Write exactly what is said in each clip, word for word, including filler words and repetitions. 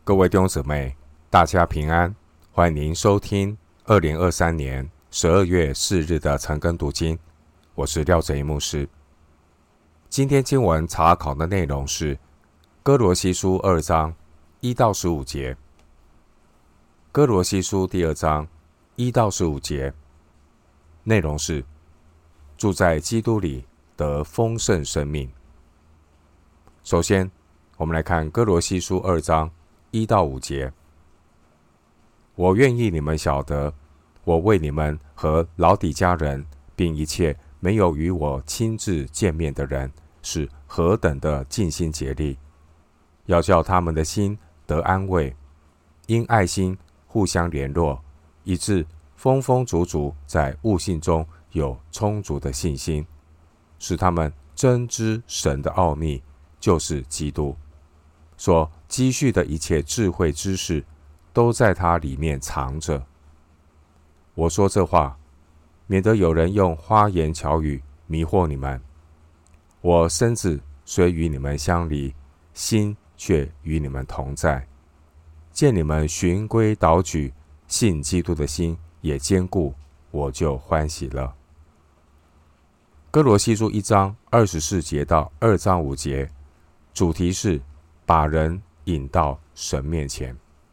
各位弟兄姊妹，大家平安，欢迎您收听二零二三年十二月四日的晨更读经。我是廖哲一牧师。今天经文查考的内容是哥罗西书二章一到十五节。哥罗西书第二章一到十五节，内容是住在基督里得丰盛生命。首先，我们来看哥罗西书二章一到五节。我愿意你们晓得，我为你们和老底嘉人，并一切没有与我亲自见面的人，是何等的尽心竭力，要叫他们的心得安慰，因爱心互相联络，以致丰丰足足在悟性中有充足的信心，使他们真知神的奥秘，就是基督，所积蓄的一切智慧知识，都在它里面藏着。我说这话，免得有人用花言巧语迷惑你们。我身子虽与你们相离，心却与你们同在。见你们循规蹈矩，信基督的心也坚固，我就欢喜了。哥罗西书一章二十四节到二章五节，主题是把人引到神面前。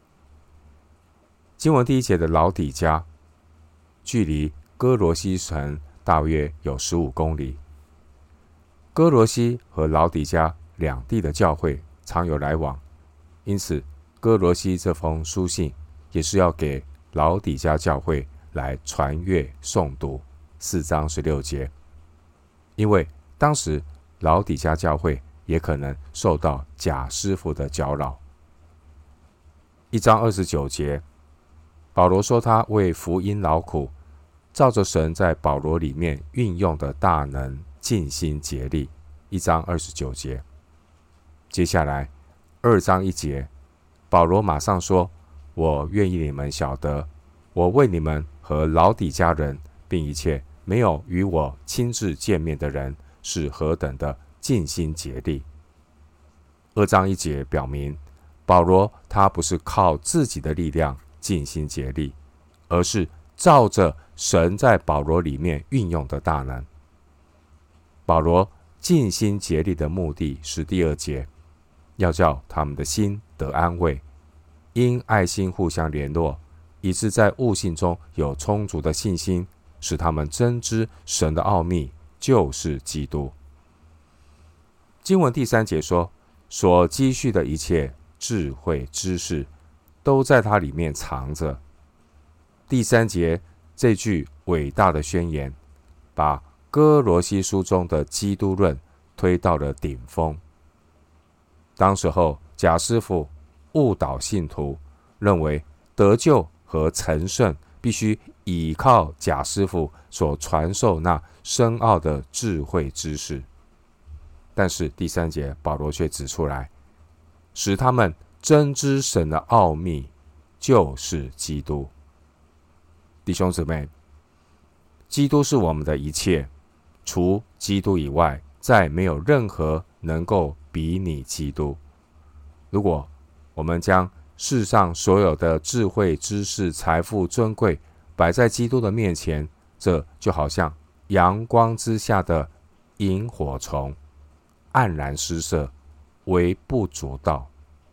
经文第一节的老底嘉，距离哥罗西城大约有十五公里。哥罗西和老底嘉两地的教会常有来往，因此哥罗西这封书信也是要给老底嘉教会来传阅诵读。四章十六节，因为当时老底嘉教会也可能受到假师傅的搅扰。一章二十九节，保罗说他为福音劳苦，照着神在保罗里面运用的大能尽心竭力。一章二十九节，接下来二章一节，保罗马上说，我愿意你们晓得，我为你们和老底嘉人，并一切没有与我亲自见面的人，是何等的尽心竭力。二章一节表明，保罗他不是靠自己的力量尽心竭力，而是照着神在保罗里面运用的大能。保罗尽心竭力的目的是第二节，要叫他们的心得安慰，因爱心互相联络，以致在悟性中有充足的信心，使他们真知神的奥秘，就是基督。经文第三节说，所积蓄的一切智慧知识，都在它里面藏着。第三节这句伟大的宣言，把哥罗西书中的基督论推到了顶峰。当时候假师傅误导信徒，认为得救和成圣必须倚靠假师傅所传授那深奥的智慧知识。但是第三节保罗却指出来，使他们真知神的奥秘，就是基督。弟兄姊妹，基督是我们的一切，除基督以外，再没有任何能够比拟基督。如果我们将世上所有的智慧、知识、财富、尊贵摆在基督的面前，这就好像阳光之下的萤火虫，黯然失色，微不足道。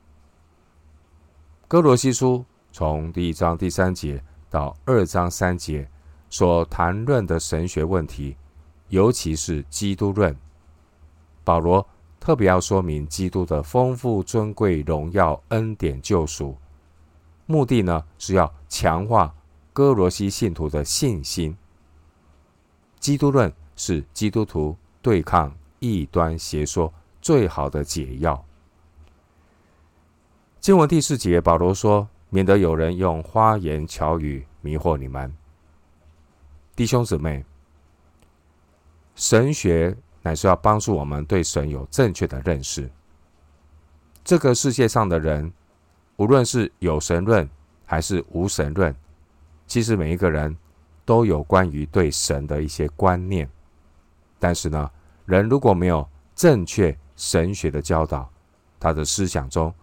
哥罗西书从第一章第三节到二章三节所谈论的神学问题，尤其是基督论，保罗特别要说明基督的丰富、尊贵、荣耀、恩典、救赎，目的呢是要强化哥罗西信徒的信心。基督论是基督徒对抗异端邪说最好的解药。经文第四节，保罗说，免得有人用花言巧语迷惑你们。弟兄姊妹，神学乃是要帮助我们对神有正确的认识。这个世界上的人，无论是有神论还是无神论，其实每一个人都有关于对神的一些观念。但是呢，人如果没有正确神学的教导，他的思想中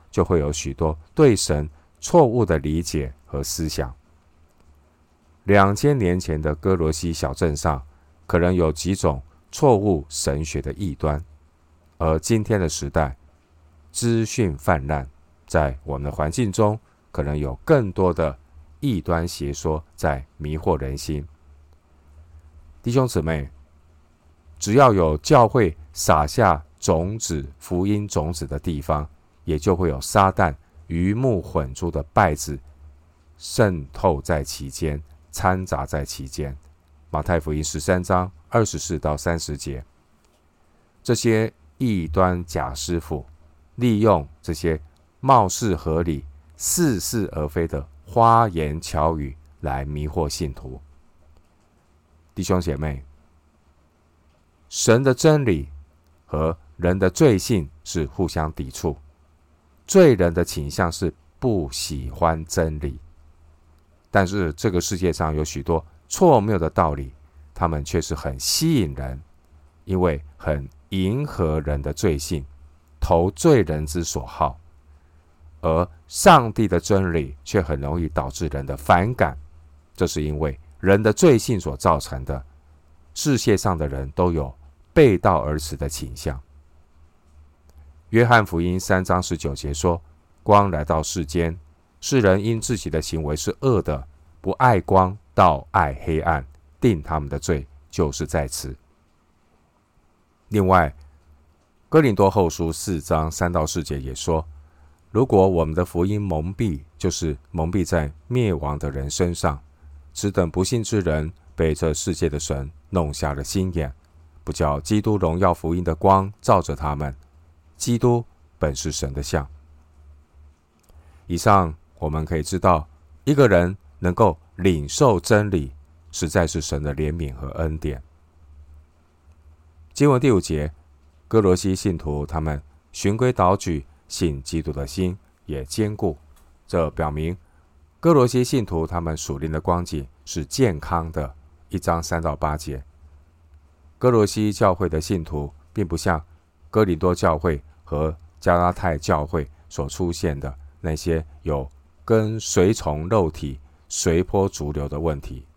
就会有许多对神错误的理解和思想。两千年前的哥罗西小镇上，可能有几种错误神学的异端，而今天的时代，资讯泛滥，在我们的环境中，可能有更多的异端邪说在迷惑人心。弟兄姊妹，只要有教会撒下种子、福音种子的地方，也就会有撒旦鱼目混珠的稗子渗透在其间，掺杂在其间。马太福音十三章二十四到三十节，这些异端假师傅利用这些貌似合理、似是而非的花言巧语来迷惑信徒。弟兄姐妹，神的真理和人的罪性是互相抵触，罪人的倾向是不喜欢真理，但是这个世界上有许多错谬的道理，他们却是很吸引人，因为很迎合人的罪性，投罪人之所好。而上帝的真理却很容易导致人的反感，这是因为人的罪性所造成的。世界上的人都有背道而驰的倾向。约翰福音三章十九节说，光来到世间，世人因自己的行为是恶的，不爱光，倒爱黑暗，定他们的罪就是在此。另外，哥林多后书四章三到四节也说，如果我们的福音蒙蔽，就是蒙蔽在灭亡的人身上，只等不信之人被这世界的神弄瞎了心眼，不叫基督荣耀福音的光照着他们。基督本是神的像。以上我们可以知道，一个人能够领受真理，实在是神的怜悯和恩典。经文第五节，哥罗西信徒他们循规蹈矩，信基督的心也坚固，这表明哥罗西信徒他们属灵的光景是健康的。一章三到八节，哥罗西教会的信徒并不像哥林多教会和加拉太教会所出现的那些有跟随从肉体、随波逐流的问题。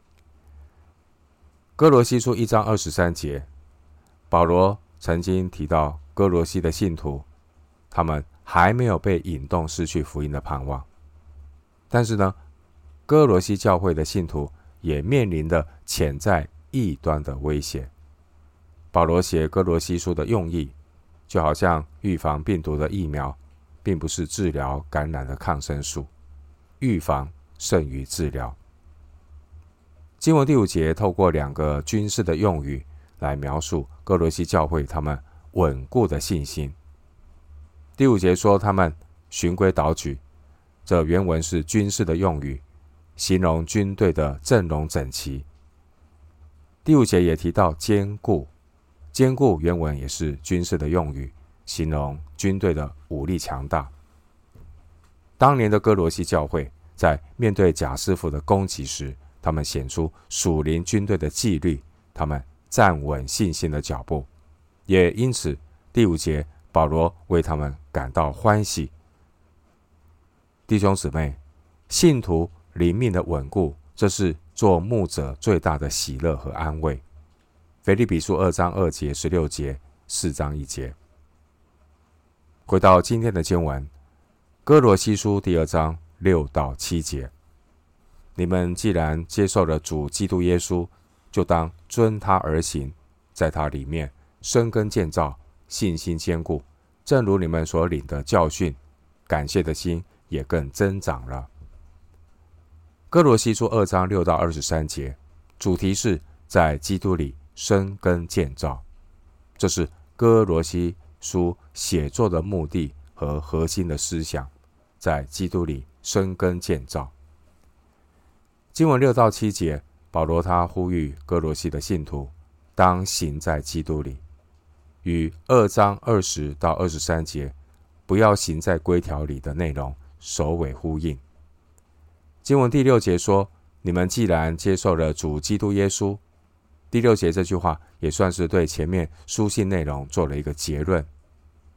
哥罗西书一章二十三节，保罗曾经提到哥罗西的信徒，他们还没有被引动失去福音的盼望。但是呢，哥罗西教会的信徒也面临着潜在异端的威胁。保罗写哥罗西书的用意，就好像预防病毒的疫苗，并不是治疗感染的抗生素，预防胜于治疗。经文第五节透过两个军事的用语来描述哥罗西教会他们稳固的信心。第五节说他们循规蹈矩，这原文是军事的用语，形容军队的阵容整齐。第五节也提到坚固，坚固原文也是军事的用语，形容军队的武力强大。当年的哥罗西教会在面对假师傅的攻击时，他们显出属灵军队的纪律，他们站稳信心的脚步，也因此第五节保罗为他们感到欢喜。弟兄姊妹，信徒灵命的稳固，这是做牧者最大的喜乐和安慰。腓立比书二章二节、十六节、四章一节。回到今天的经文，哥罗西书第二章六到七节。你们既然接受了主基督耶稣，就当遵他而行，在他里面生根建造，信心坚固，正如你们所领的教训，感谢的心也更增长了。哥罗西书二章六到二十三节，主题是在基督里生根建造，这是哥罗西书写作的目的和核心的思想，在基督里生根建造。经文六到七节，保罗他呼吁哥罗西的信徒当行在基督里，与二章二十到二十三节不要行在规条里的内容首尾呼应。经文第六节说，你们既然接受了主基督耶稣，第六节这句话也算是对前面书信内容做了一个结论。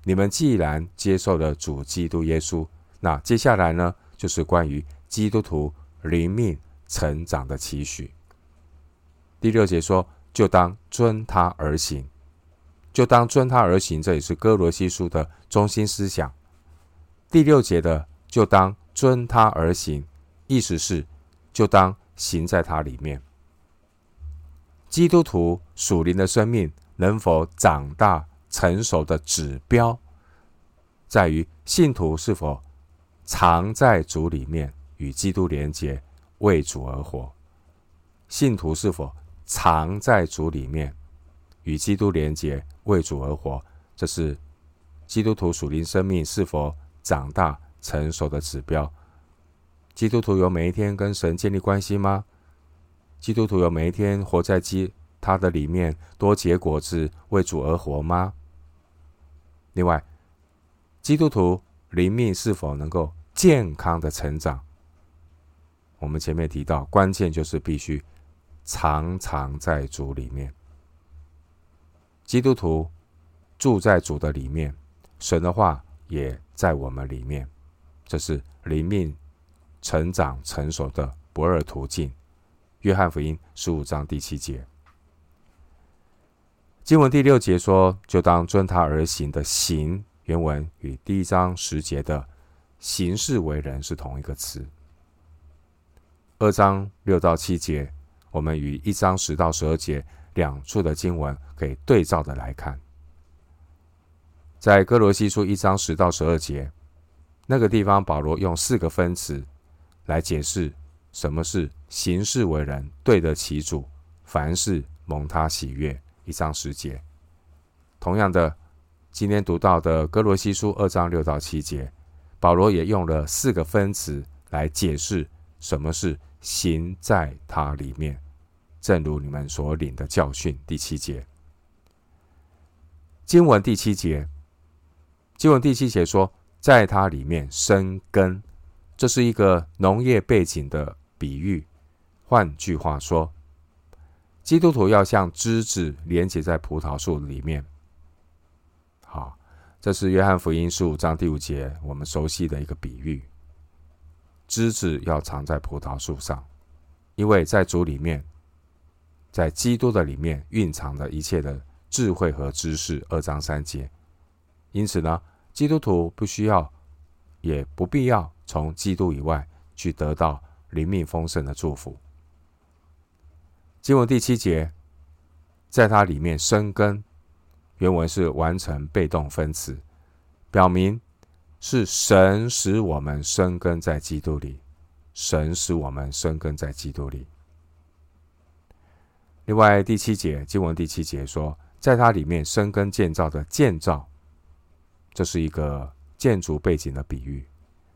你们既然接受了主基督耶稣，那接下来呢，就是关于基督徒灵命成长的期许。第六节说，就当遵他而行，就当遵他而行，这也是哥罗西书的中心思想。第六节的就当遵他而行，意思是就当行在他里面。基督徒属灵的生命能否长大成熟的指标，在于信徒是否常在主里面与基督连结，为主而活。信徒是否常在主里面与基督连结，为主而活，这是基督徒属灵生命是否长大成熟的指标。基督徒有每一天跟神建立关系吗？基督徒有每一天活在基他的里面，多结果子，为主而活吗？另外，基督徒灵命是否能够健康的成长？我们前面提到，关键就是必须常常在主里面。基督徒住在主的里面，神的话也在我们里面，这是灵命成长成熟的不二途径。约翰福音十五章第七节，经文第六节说，就当遵他而行的行，原文与第一章十节的行事为人是同一个词。二章六到七节，我们与一章十到十二节两处的经文可以对照的来看。在哥罗西书一章十到十二节，那个地方保罗用四个分词来解释什么是行事为人，对得起主，凡事蒙他喜悦，一章十节。同样的，今天读到的哥罗西书二章六到七节，保罗也用了四个分词来解释什么是行在他里面，正如你们所领的教训，第七节。经文第七节，经文第七节说，在他里面生根，这是一个农业背景的比喻。换句话说，基督徒要像枝子连结在葡萄树里面。好，这是约翰福音十五章第五节我们熟悉的一个比喻。枝子要藏在葡萄树上，因为在主里面，在基督的里面蕴藏了一切的智慧和知识，二章三节。因此呢，基督徒不需要也不必要从基督以外去得到灵命丰盛的祝福。经文第七节，在它里面生根，原文是完成被动分词，表明是神使我们生根在基督里，神使我们生根在基督里。另外第七节，经文第七节说，在它里面生根建造的建造，这是一个建筑背景的比喻。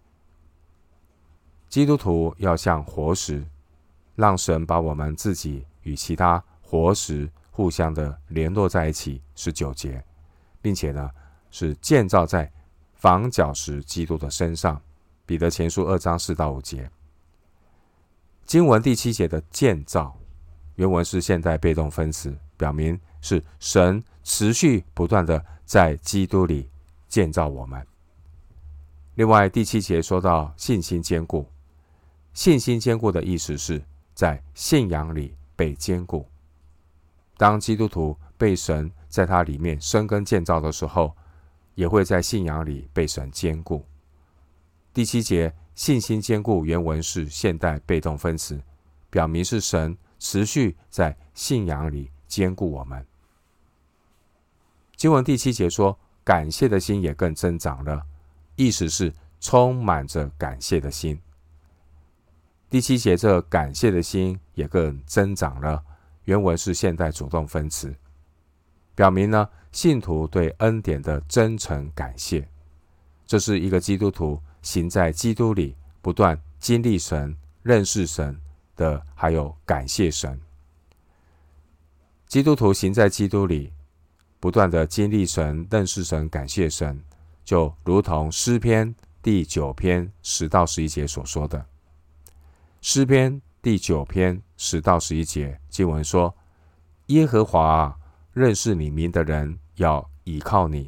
基督徒要像活石，让神把我们自己与其他活石互相的联络在一起，十九节，并且呢是建造在房角石基督的身上，彼得前书二章四到五节。经文第七节的建造，原文是现代被动分词，表明是神持续不断的在基督里建造我们。另外第七节说到信心坚固，信心坚固的意思是在信仰里被坚固。当基督徒被神在他里面生根建造的时候，也会在信仰里被神坚固。第七节信心坚固原文是现代被动分词，表明是神持续在信仰里坚固我们。经文第七节说，感谢的心也更增长了，意思是充满着感谢的心。第七节这感谢的心也更增长了，原文是现代主动分词，表明呢信徒对恩典的真诚感谢。这是一个基督徒行在基督里，不断经历神、认识神的，还有感谢神。基督徒行在基督里，不断的经历神、认识神、感谢神，就如同诗篇第九篇十到十一节所说的。诗篇第九篇十到十一节经文说，耶和华啊，认识你名的人要倚靠你，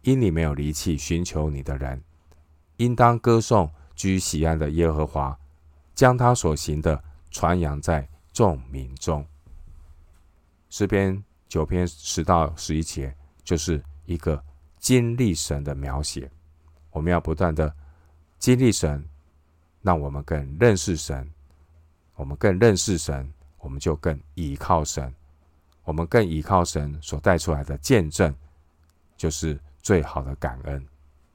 因你没有离弃寻求你的人，应当歌颂居喜安的耶和华，将他所行的传扬在众民中。诗篇九篇十到十一节就是一个经历神的描写。我们要不断的经历神，让我们更认识神。我们更认识神，我们就更倚靠神。我们更倚靠神所带出来的见证，就是最好的感恩。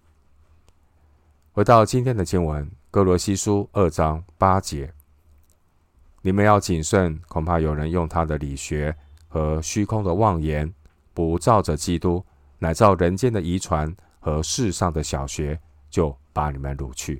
回到今天的经文，歌罗西书二章八节，你们要谨慎，恐怕有人用他的理学和虚空的妄言，不照着基督，乃照人间的遗传和世上的小学，就把你们掳去。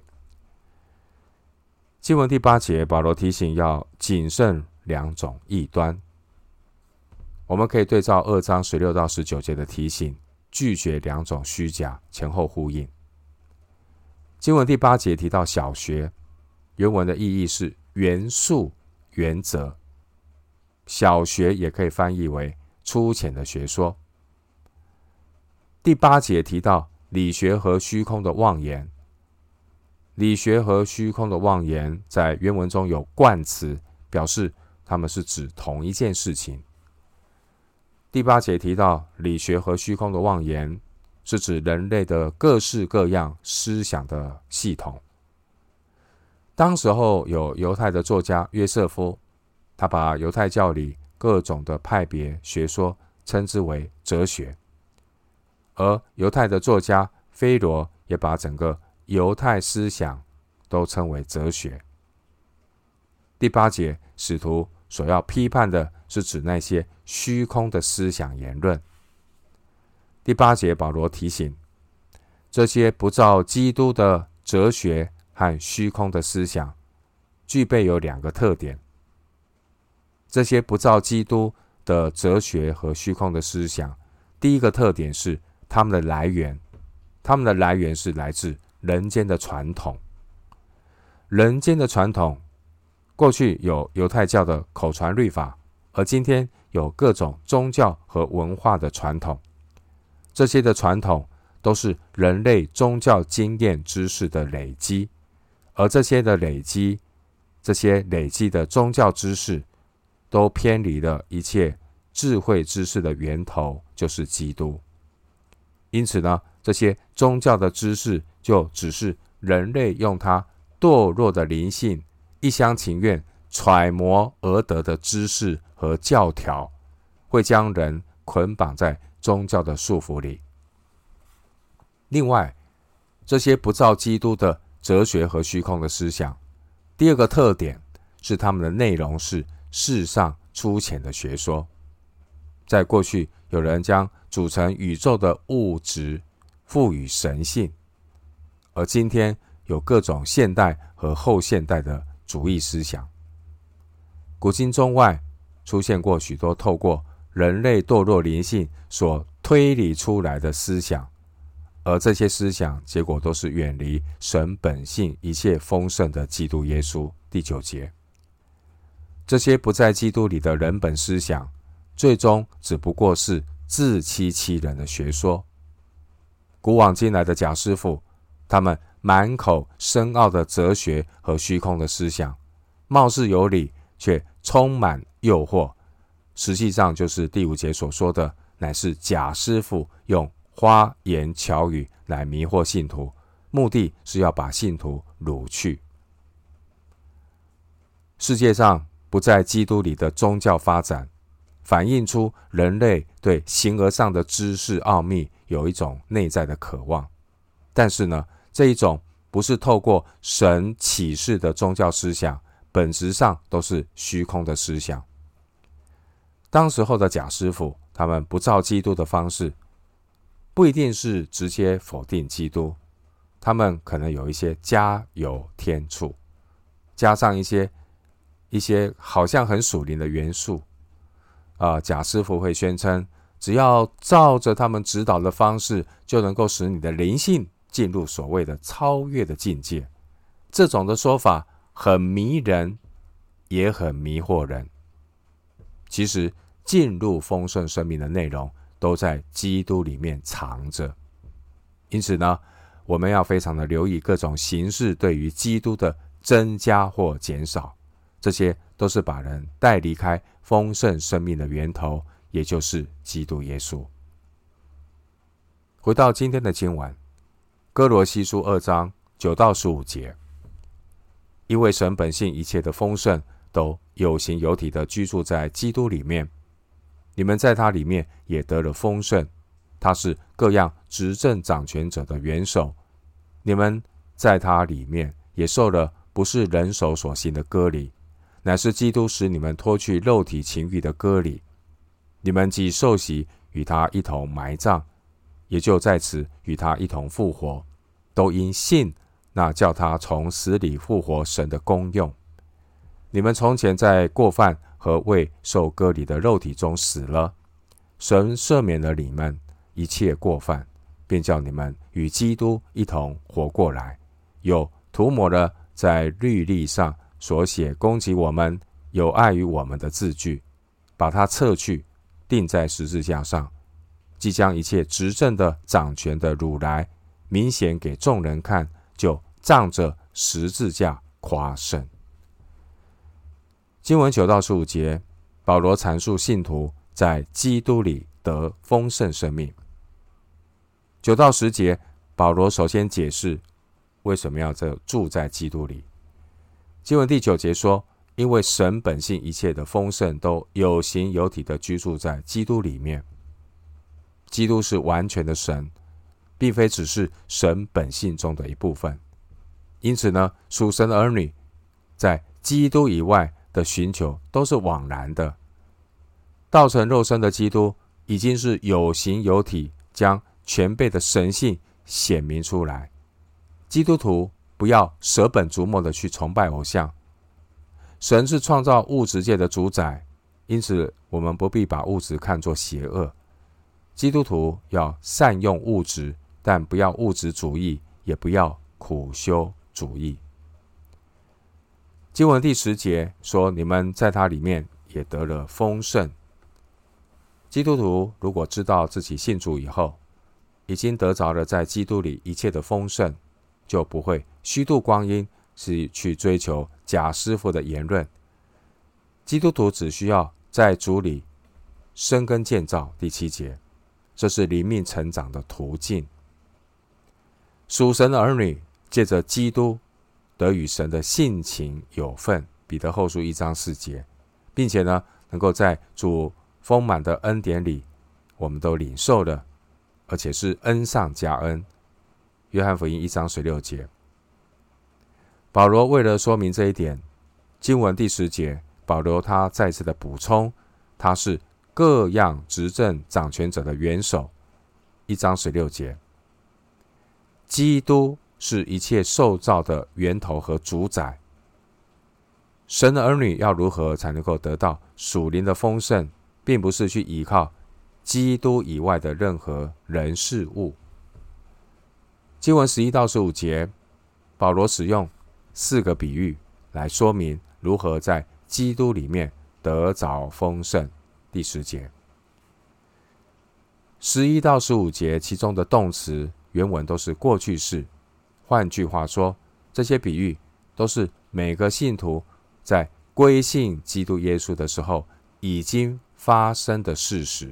经文第八节，保罗提醒要谨慎两种异端。我们可以对照二章十六到十九节的提醒，拒绝两种虚假，前后呼应。经文第八节提到小学，原文的意义是元素、原则。小学也可以翻译为粗浅的学说。第八节提到理学和虚空的妄言。理学和虚空的妄言在原文中有冠词，表示他们是指同一件事情。第八节提到理学和虚空的妄言，是指人类的各式各样思想的系统。当时候有犹太的作家约瑟夫，他把犹太教里各种的派别学说称之为哲学，而犹太的作家菲罗也把整个犹太思想都称为哲学。第八节，使徒所要批判的是指那些虚空的思想言论。第八节，保罗提醒，这些不照基督的哲学和虚空的思想，具备有两个特点。这些不照基督的哲学和虚空的思想，第一个特点是他们的来源，他们的来源是来自人间的传统。人间的传统，过去有犹太教的口传律法，而今天有各种宗教和文化的传统。这些的传统都是人类宗教经验知识的累积，而这些的累积，这些累积的宗教知识，都偏离了一切智慧知识的源头，就是基督。因此呢，这些宗教的知识就只是人类用他堕落的灵性一厢情愿揣摩而得的知识和教条，会将人捆绑在宗教的束缚里。另外，这些不照基督的哲学和虚空的思想，第二个特点是他们的内容是世上粗浅的学说。在过去，有人将组成宇宙的物质赋予神性，而今天有各种现代和后现代的主义思想。古今中外出现过许多透过人类堕落灵性所推理出来的思想，而这些思想结果都是远离神本性一切丰盛的基督耶稣。第九节，这些不在基督里的人本思想，最终只不过是自欺欺人的学说。古往今来的假师傅，他们满口深奥的哲学和虚空的思想，貌似有理，却充满诱惑，实际上就是第五节所说的，乃是假师傅用花言巧语来迷惑信徒，目的是要把信徒掳去。世界上不在基督里的宗教发展，反映出人类对形而上的知识奥秘有一种内在的渴望。但是呢，这一种不是透过神启示的宗教思想，本质上都是虚空的思想。当时候的假师傅，他们不照基督的方式，不一定是直接否定基督，他们可能有一些加油添醋，加上一些一些好像很属灵的元素。呃，假师傅会宣称，只要照着他们指导的方式，就能够使你的灵性进入所谓的超越的境界。这种的说法很迷人，也很迷惑人。其实进入丰盛生命的内容都在基督里面藏着。 因此呢，我们要非常的留意各种形式对于基督的增加或减少，这些都是把人带离开丰盛生命的源头，也就是基督耶稣。回到今天的经文，哥罗西书二章九到十五节，因为神本性一切的丰盛都有形有体的居住在基督里面，你们在他里面也得了丰盛，他是各样执政掌权者的元首，你们在他里面也受了不是人手所行的割礼，乃是基督使你们脱去肉体情欲的割礼。你们既受洗，与他一同埋葬，也就在此与他一同复活，都因信那叫他从死里复活神的功用。你们从前在过犯和未受割礼的肉体中死了，神赦免了你们一切过犯，便叫你们与基督一同活过来，又涂抹了在律例上所写攻击我们有碍于我们的字句，把它撤去，钉在十字架上，即将一切执政的掌权的掳来，明显给众人看，就仗着十字架夸胜。经文九到十五节，保罗阐述信徒在基督里得丰盛生命。九到十节，保罗首先解释为什么要住在基督里。经文第九节说，因为神本性一切的丰盛都有形有体的居住在基督里面。基督是完全的神，并非只是神本性中的一部分。因此呢，属神的儿女在基督以外的寻求都是枉然的。道成肉身的基督已经是有形有体，将全备的神性显明出来。基督徒不要舍本逐末的去崇拜偶像。神是创造物质界的主宰，因此我们不必把物质看作邪恶。基督徒要善用物质，但不要物质主义，也不要苦修主义。经文第十节说，你们在他里面也得了丰盛。基督徒如果知道自己信主以后，已经得着了在基督里一切的丰盛，就不会虚度光阴，是去追求假师傅的言论。基督徒只需要在主里生根建造，第七节，这是灵命成长的途径。属神的儿女借着基督得与神的性情有份，彼得后书一章四节，并且呢，能够在主丰满的恩典里，我们都领受了，而且是恩上加恩。约翰福音一章十六节。保罗为了说明这一点，经文第十节，保罗他再次的补充，他是各样执政掌权者的元首。一章十六节，基督是一切受造的源头和主宰。神的儿女要如何才能够得到属灵的丰盛，并不是去依靠基督以外的任何人事物。经文十一到十五节，保罗使用四个比喻来说明如何在基督里面得着丰盛。第十节，十一到十五节其中的动词原文都是过去式，换句话说，这些比喻都是每个信徒在归信基督耶稣的时候已经发生的事实。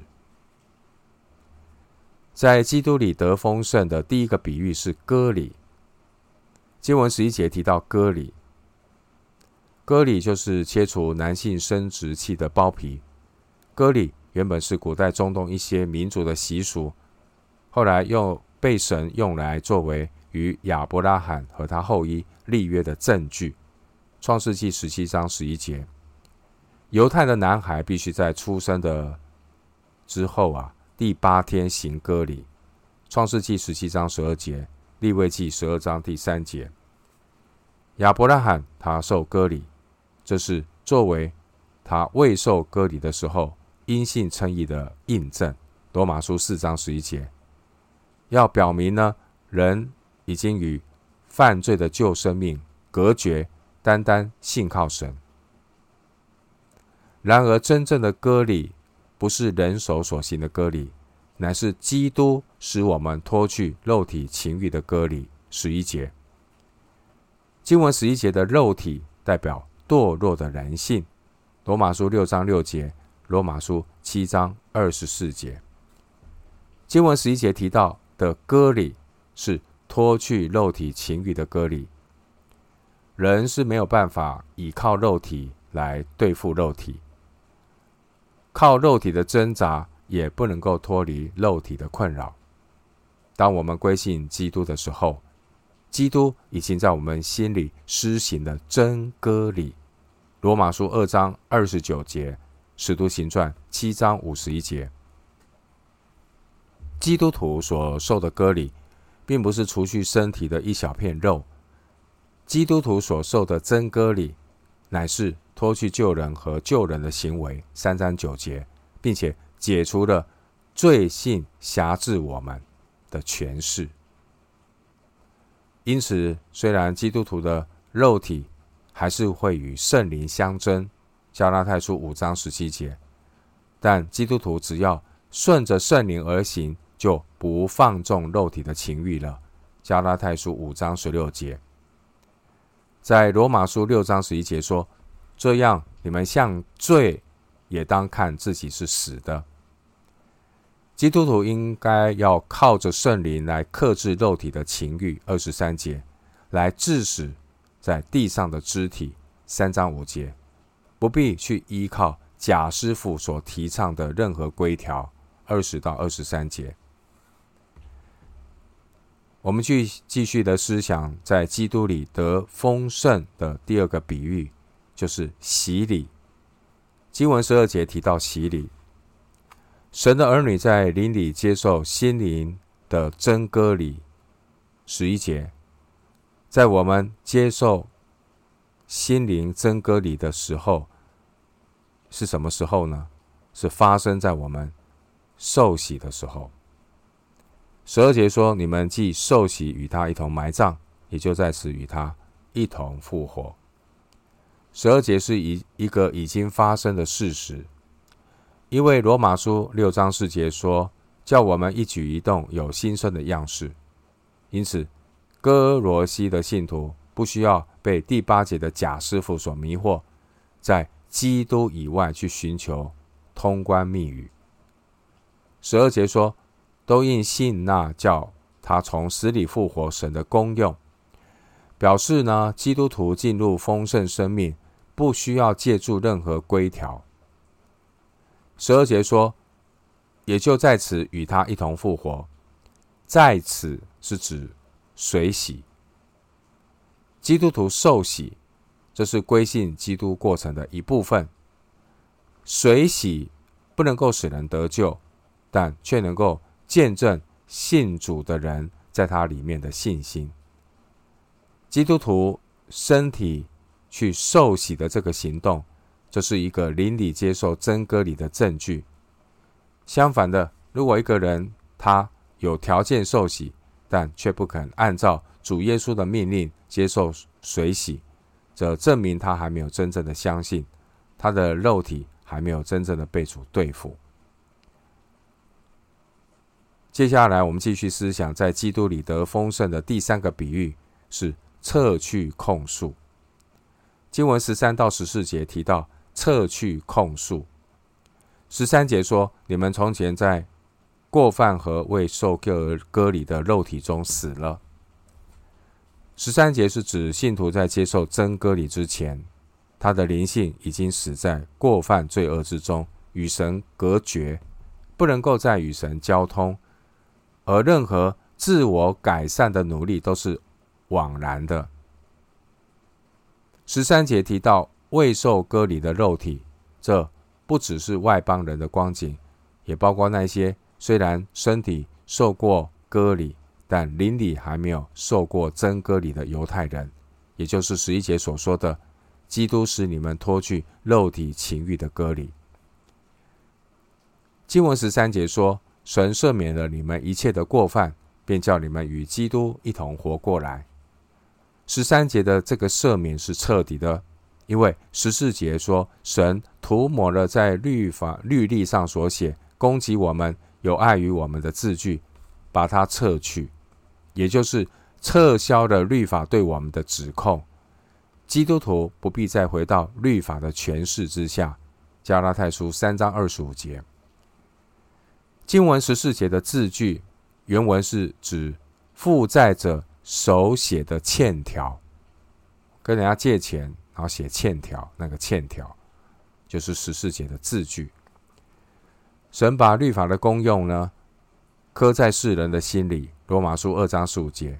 在基督里得丰盛的第一个比喻是割礼。经文十一节提到割礼，割礼就是切除男性生殖器的包皮。割礼原本是古代中东一些民族的习俗，后来又被神用来作为与亚伯拉罕和他后裔立约的证据。创世纪十七章十一节，犹太的男孩必须在出生的之后啊，第八天行割礼。创世纪十七章十二节，利未记十二章第三节。亚伯拉罕他受割礼，这是作为他未受割礼的时候因信称义的印证。罗马书四章十一节，要表明呢，人已经与犯罪的旧生命隔绝，单单信靠神。然而真正的割礼不是人手所行的割礼， 乃是基督使我们脱去肉体情欲的割礼。十一节，经文十一节的肉体代表堕落的人性。罗马书六章六节，罗马书七章二十四节。经文十一节提到的割礼是脱去肉体情欲的割礼。人是没有办法依靠肉体来对付肉体，靠肉体的挣扎也不能够脱离肉体的困扰。当我们归信基督的时候，基督已经在我们心里施行了真割礼。罗马书二章二十九节，使徒行传七章五十一节。基督徒所受的割礼，并不是除去身体的一小片肉。基督徒所受的真割礼，乃是脱去救人和救人的行为，三章九节，并且解除了罪性辖制我们的权势。因此，虽然基督徒的肉体还是会与圣灵相争，加拉太书五章十七节，但基督徒只要顺着圣灵而行，就不放纵肉体的情欲了，加拉太书五章十六节。在罗马书六章十一节说，这样你们向罪也当看自己是死的。基督徒应该要靠着圣灵来克制肉体的情欲，二十三节，来致死在地上的肢体，三章五节，不必去依靠假师傅所提倡的任何规条，二十到二十三节。我们去继续的思想，在基督里得丰盛的第二个比喻，就是洗礼。经文十二节提到洗礼，神的儿女在灵里接受心灵的真割礼。十一节，在我们接受心灵真割礼的时候，是什么时候呢？是发生在我们受洗的时候。十二节说，你们既受洗与他一同埋葬，也就在此与他一同复活。十二节是一一个已经发生的事实，因为罗马书六章四节说，叫我们一举一动有新生的样式。因此，哥罗西的信徒不需要被第八节的假师傅所迷惑，在基督以外去寻求通关密语。十二节说，都因信那叫他从死里复活神的功用，表示呢，基督徒进入丰盛生命不需要借助任何规条。十二节说，也就在此与他一同复活。在此是指水洗。基督徒受洗，这是归信基督过程的一部分。水洗不能够使人得救，但却能够见证信主的人在他里面的信心。基督徒身体去受洗的这个行动，这是一个灵里接受真割礼的证据。相反的，如果一个人他有条件受洗，但却不肯按照主耶稣的命令接受水洗，这证明他还没有真正的相信，他的肉体还没有真正的被主对付。接下来我们继续思想，在基督里得丰盛的第三个比喻是撤去控诉。经文十三到十四节提到撤去控诉。十三节说，你们从前在过犯和未受割礼的肉体中死了。十三节是指信徒在接受真割礼之前，他的灵性已经死在过犯罪恶之中，与神隔绝，不能够再与神交通，而任何自我改善的努力都是枉然的。十三节提到未受割礼的肉体，这不只是外邦人的光景，也包括那些虽然身体受过割礼，但灵里还没有受过真割礼的犹太人，也就是十一节所说的，基督使你们脱去肉体情欲的割礼。经文十三节说，神赦免了你们一切的过犯，便叫你们与基督一同活过来。十三节的这个赦免是彻底的，因为十四节说，神涂抹了在律法律例上所写攻击我们有碍于我们的字句，把它撤去，也就是撤销了律法对我们的指控。基督徒不必再回到律法的权势之下。加拉太书三章二十五节，经文十四节的字句原文是指负债者手写的欠条，跟人家借钱然后写欠条，那个欠条就是十四节的字句。神把律法的功用呢刻在世人的心里，罗马书二章十五节，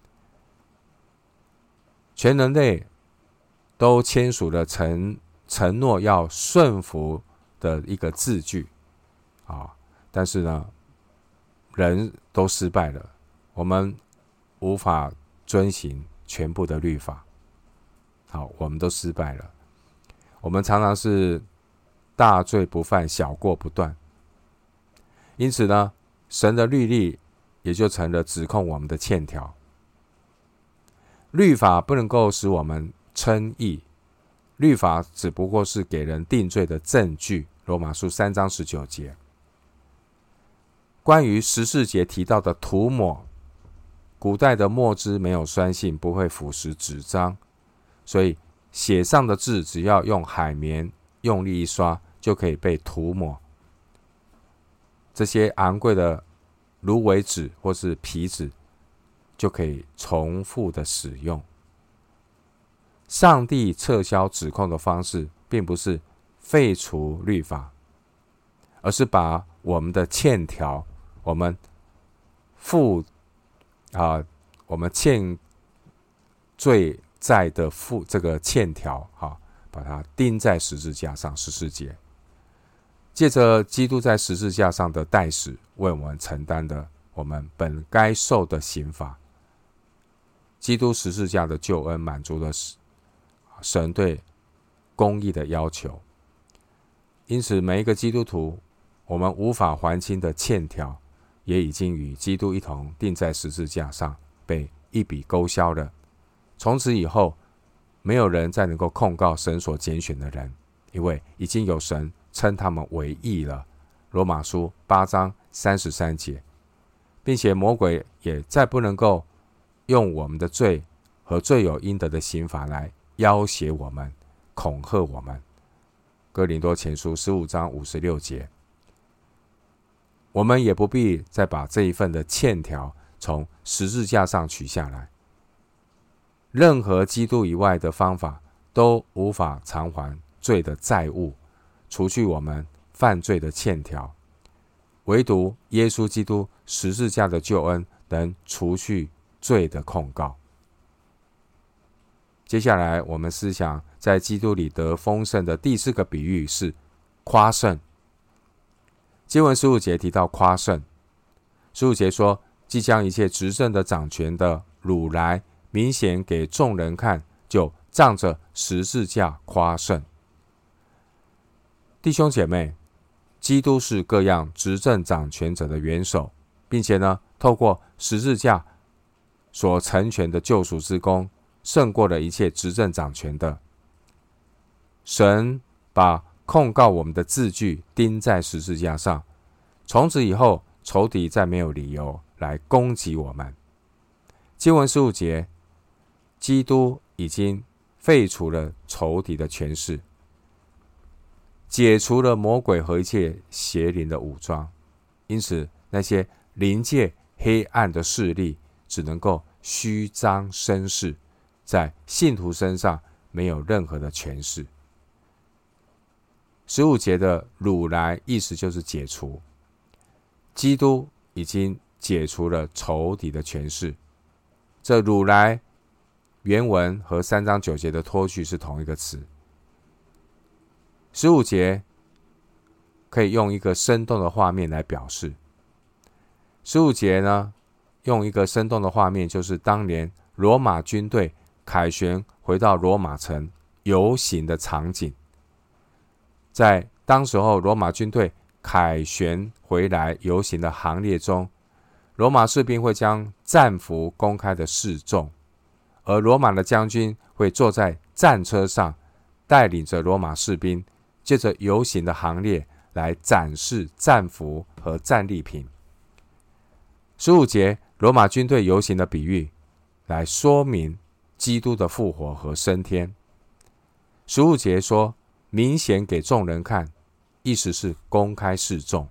全人类都签署了承承诺要顺服的一个字句啊，但是呢，人都失败了，我们无法遵行全部的律法。好，我们都失败了。我们常常是大罪不犯，小过不断。因此呢，神的律例也就成了指控我们的欠条。律法不能够使我们称义，律法只不过是给人定罪的证据。罗马书三章十九节。关于十四节提到的涂抹，古代的墨汁没有酸性，不会腐蚀纸张，所以写上的字只要用海绵用力一刷，就可以被涂抹。这些昂贵的芦苇纸或是皮纸就可以重复的使用。上帝撤销指控的方式并不是废除律法，而是把我们的欠条，我们负啊，我们欠罪债的负这个欠条啊，把它钉在十字架上。十四节，借着基督在十字架上的代死，为我们承担的我们本该受的刑罚。基督十字架的救恩满足了神对公义的要求，因此每一个基督徒，我们无法还清的欠条，也已经与基督一同钉在十字架上，被一笔勾销了。从此以后，没有人再能够控告神所拣选的人，因为已经有神称他们为义了。罗马书八章三十三节，并且魔鬼也再不能够用我们的罪和罪有应得的刑罚来要挟我们、恐吓我们。哥林多前书十五章五十六节，我们也不必再把这一份的欠条从十字架上取下来。任何基督以外的方法都无法偿还罪的债务，除去我们犯罪的欠条，唯独耶稣基督十字架的救恩能除去罪的控告。接下来我们思想在基督里得丰盛的第四个比喻是夸胜。经文十五节提到夸胜，十五节说，即将一切执政的掌权的掳来，明显给众人看，就仗着十字架夸胜。弟兄姐妹，基督是各样执政掌权者的元首，并且呢，透过十字架所成全的救赎之功，胜过了一切执政掌权的。神把控告我们的字句钉在十字架上，从此以后，仇敌再没有理由来攻击我们。经文十五节，基督已经废除了仇敌的权势，解除了魔鬼和一切邪灵的武装，因此那些灵界黑暗的势力只能够虚张声势，在信徒身上没有任何的权势。十五节的掳来意思就是解除，基督已经解除了仇敌的权势。这掳来原文和三章九节的脱去是同一个词。十五节可以用一个生动的画面来表示。十五节呢，用一个生动的画面，就是当年罗马军队凯旋回到罗马城游行的场景。在当时候罗马军队凯旋回来游行的行列中，罗马士兵会将战服公开的示众，而罗马的将军会坐在战车上，带领着罗马士兵，借着游行的行列来展示战俘和战利品。十五节，罗马军队游行的比喻来说明基督的复活和升天。十五节说，明显给众人看，意思是公开示众。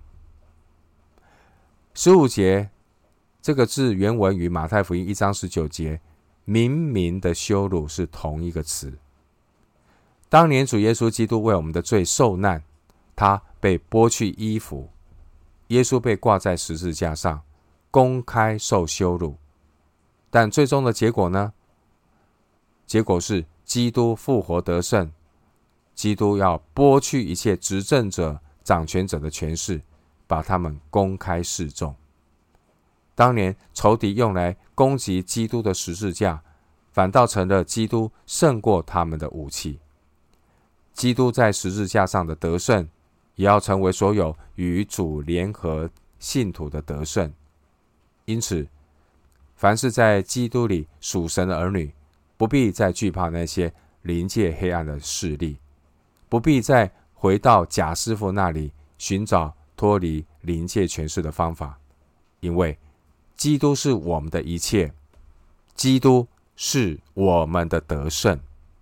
十五节这个字原文与马太福音一章十九节明明的羞辱是同一个词。当年主耶稣基督为我们的罪受难，他被剥去衣服，耶稣被挂在十字架上，公开受羞辱。但最终的结果呢？结果是基督复活得胜，基督要剥去一切执政者、掌权者的权势，把他们公开示众。当年仇敌用来攻击基督的十字架，反倒成了基督胜过他们的武器。基督在十字架上的得胜，也要成为所有与主联合信徒的得胜。因此，凡是在基督里属神的儿女，不必再惧怕那些临界黑暗的势力，不必再回到假师傅那里寻找脱离临界权势的方法，因为基督是我们的一切，基督是我们的得胜。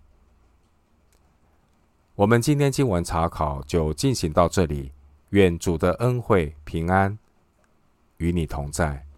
我们今天经文查考就进行到这里，愿主的恩惠平安与你同在。